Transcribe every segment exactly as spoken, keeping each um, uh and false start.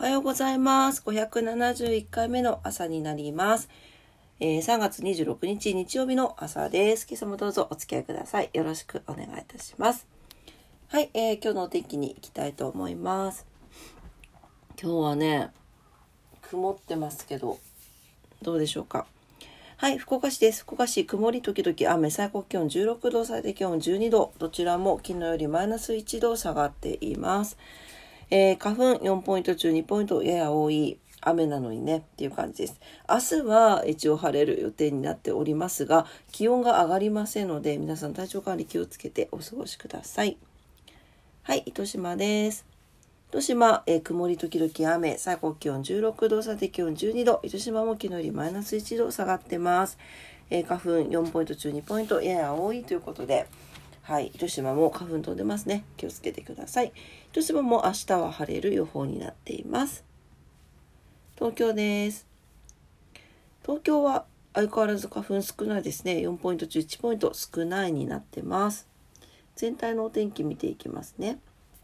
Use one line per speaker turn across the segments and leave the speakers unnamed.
おはようございます。ごひゃくななじゅういっかいめの朝になります。えー、さんがつにじゅうろくにち日曜日の朝です。今朝もどうぞお付き合いください。よろしくお願いいたします。はい、えー、今日のお天気に行きたいと思います。今日はね、曇ってますけど、どうでしょうか。はい、福岡市です。福岡市、曇り時々雨、最高気温じゅうろくど、最低気温じゅうにど、どちらも昨日よりマイナスいちど下がっています。えー、花粉よんポイント中にポイントやや多い雨なのにねっていう感じです。明日は一応晴れる予定になっておりますが、気温が上がりませんので、皆さん体調管理気をつけてお過ごしください。はい、糸島です。糸島、えー、曇り時々雨、最高気温じゅうろくど、最低気温じゅうにど、糸島も昨日よりマイナスいちど下がってます。えー、花粉よんポイント中にポイントやや多いということで、はい、糸島も花粉飛んでますね。気をつけてください。糸島も明日は晴れる予報になっています。東京です。東京は相変わらず花粉少ないですね。よんポイント中いちポイント少ないになってます。全体のお天気見ていきますね。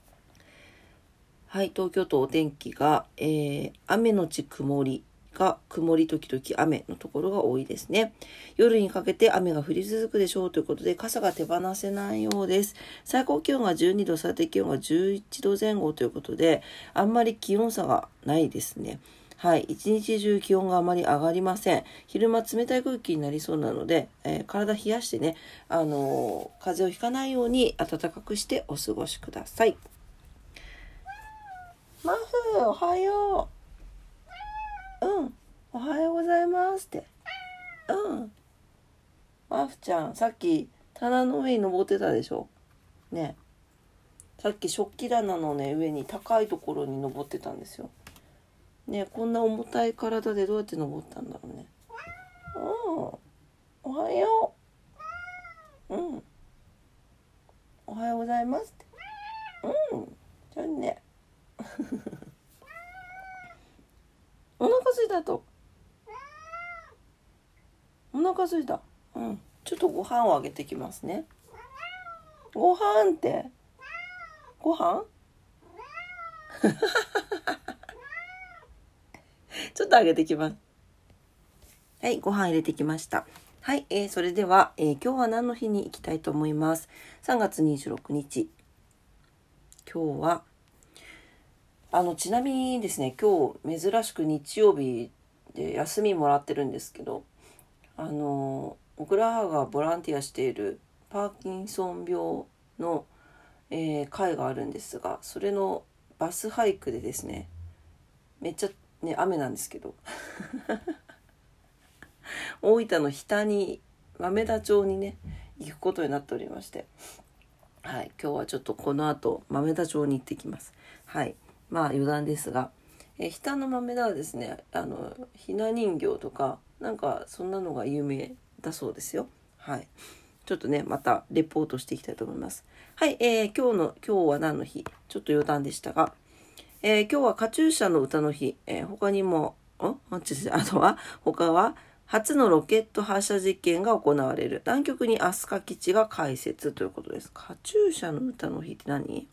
はい、東京都お天気が、えー、雨のち曇りが曇り時々雨のところが多いですね。夜にかけて雨が降り続くでしょうということで、傘が手放せないようです。最高気温がじゅうにど、最低気温がじゅういちどぜん後ということで、あんまり気温差がないですね。はい、一日中気温があまり上がりません。昼間冷たい空気になりそうなので、えー、体冷やしてね、あのー、風邪をひかないように暖かくしてお過ごしください。マフ、おはよう。うん、おはようございますって。うん。マフちゃん、さっき棚の上に登ってたでしょ。ね。さっき食器棚のね、上に高いところに登ってたんですよ。ね、こんな重たい体でどうやって登ったんだろうね。うん。おはよう。うん。おはようございますって。うん。じゃあね。お腹すいたと。お腹すいた。うん。ちょっとご飯をあげてきますね。ご飯って。ご飯ちょっとあげてきます。はい、ご飯入れてきました。はい、えー、それでは、えー、今日は何の日に行きたいと思います。さんがつにじゅうろくにち。今日は、あの、ちなみにですね、今日珍しく日曜日で休みもらってるんですけど、あの、僕ら母がボランティアしているパーキンソン病の、えー、会があるんですが、それのバスハイクでですね、めっちゃね、雨なんですけど、大分の日田に豆田町にね行くことになっておりまして、はい、今日はちょっとこの後豆田町に行ってきます。はい、まあ余談ですが、え日田の豆田はですね、あのひな人形とかなんかそんなのが有名だそうですよ。はい、ちょっとねまたレポートしていきたいと思います。はい、えー、今日の今日は何の日、ちょっと余談でしたが、えー、今日はカチューシャの歌の日、えー、他にもあとは他は初のロケット発射実験が行われる南極に飛鳥基地が開設ということです。カチューシャの歌の日って何？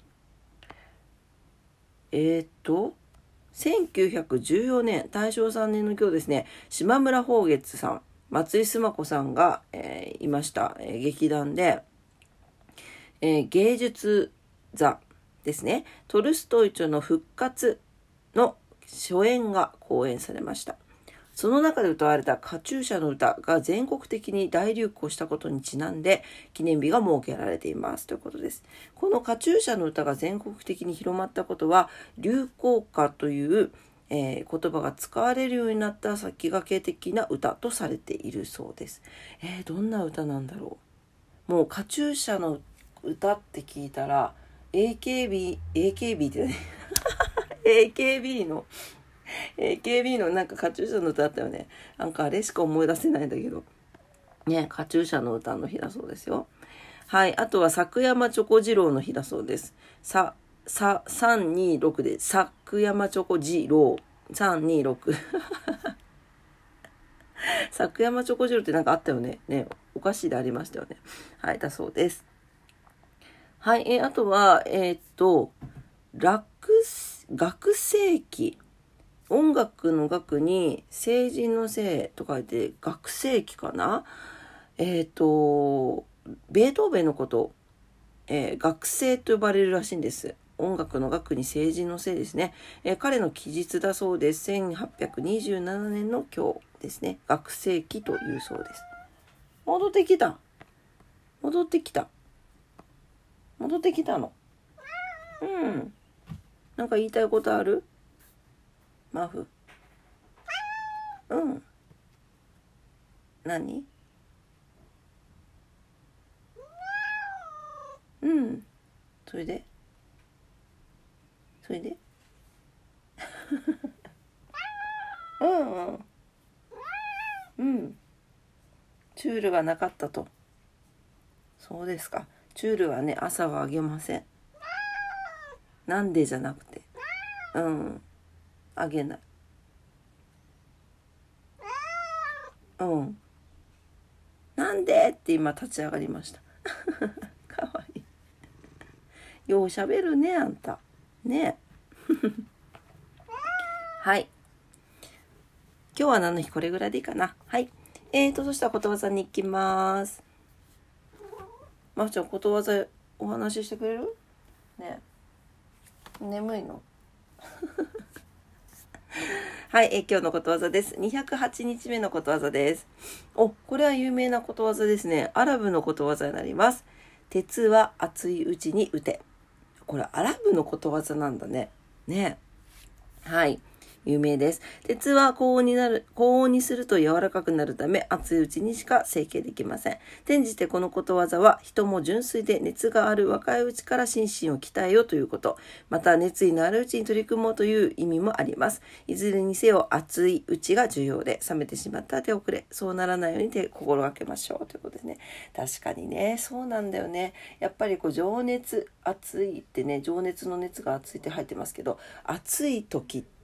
えー、っとせんきゅうひゃくじゅうよねん大正さんねんの今日ですね、島村芳月さん、松井須磨子さんが、えー、いました、えー、劇団で、えー、芸術座ですね、トルストイ著の復活の初演が公演されました。その中で歌われたカチューシャの歌が全国的に大流行したことにちなんで記念日が設けられていますということです。このカチューシャの歌が全国的に広まったことは、流行歌という、えー、言葉が使われるようになった先駆け的な歌とされているそうです。えー、どんな歌なんだろう。もうカチューシャの歌って聞いたら エーケービー、エーケービー ってねエーケービー のエーケービー のなんかカチューシャの歌あったよね。なんかあれしか思い出せないんだけど。ね、カチューシャの歌の日だそうですよ。はい。あとは、作山チョコ次郎の日だそうです。さ、さ、さんにろくで、作山チョコ次郎。さんにろく。作山チョコ次郎ってなんかあったよね。ね、お菓子でありましたよね。はい、だそうです。はい。えー、あとは、えー、っと、ラクス、 学生期、音楽の楽に成人の生と書いて学生期かな。えっとベートーベンのこと、えー、学生と呼ばれるらしいんです。音楽の楽に成人の生ですね。えー、彼の記述だそうです。せんはっぴゃくにじゅうななねんの今日ですね。学生期というそうです。戻ってきた。戻ってきた。戻ってきたの。うん。なんか言いたいことある？マフ。うん。何？うん。それでそれでうんうん。うん。チュールがなかったと。そうですか。チュールはね、朝はあげません。なんでじゃなくて。うん。あげない。うん。なんでって今立ち上がりました。かわいい。ようしゃべるね、あんた。ね。はい。今日は何の日？これぐらいでいいかな。はい。えーと、そしたらことわざに行きます。まふちゃん、ことわざお話ししてくれる？ね。眠いの？はい、えー、今日のことわざです。にひゃくはちにちめのことわざです。お、これは有名なことわざですね。アラブのことわざになります。鉄は熱いうちに打て。これアラブのことわざなんだね。ね。はい。有名です。鉄は高温になる、高温にすると柔らかくなるため、熱いうちにしか成形できません。転じてこのことわざは、人も純粋で熱がある若いうちから心身を鍛えようということ。また、熱意のあるうちに取り組もうという意味もあります。いずれにせよ、熱いうちが重要で、冷めてしまったら手遅れ。そうならないように手心がけましょうということですね。確かにね、そうなんだよね。やっぱりこう、情熱、熱いってね、情熱の熱が熱いって入ってますけど、熱い時って、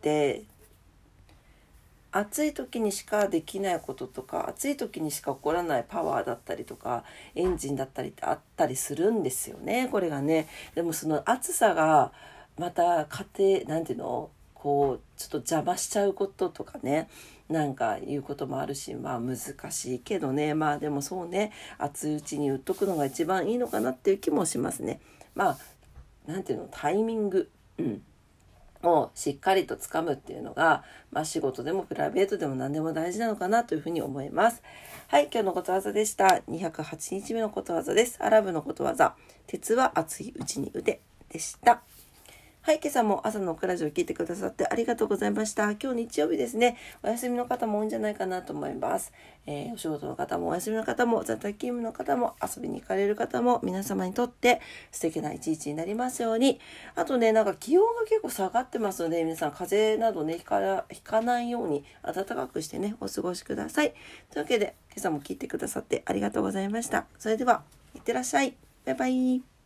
暑い時にしかできないこととか、暑い時にしか起こらないパワーだったりとか、エンジンだったりってあったりするんですよね、これがね。でもその暑さがまた家庭なんていうの、こうちょっと邪魔しちゃうこととかね、なんかいうこともあるし、まあ難しいけどね、まあでもそうね、熱いうちに売っとくのが一番いいのかなっていう気もしますね。まあなんていうの、タイミング、うんをしっかりとつかむっていうのが、まあ、仕事でもプライベートでも何でも大事なのかなというふうに思います。はい、今日のことわざでした。にひゃくはちにちめのことわざです。アラブのことわざ。鉄は熱いうちに腕でした。はい、今朝も朝のクラジオを聞いてくださってありがとうございました。今日日曜日ですね。お休みの方も多いんじゃないかなと思います。えー、お仕事の方もお休みの方も在宅勤務の方も遊びに行かれる方も皆様にとって素敵な一日になりますように。あとね、なんか気温が結構下がってますので、皆さん風邪などね、ひか、ひかないように暖かくしてね、お過ごしください。というわけで、今朝も聞いてくださってありがとうございました。それでは、いってらっしゃい。バイバイ。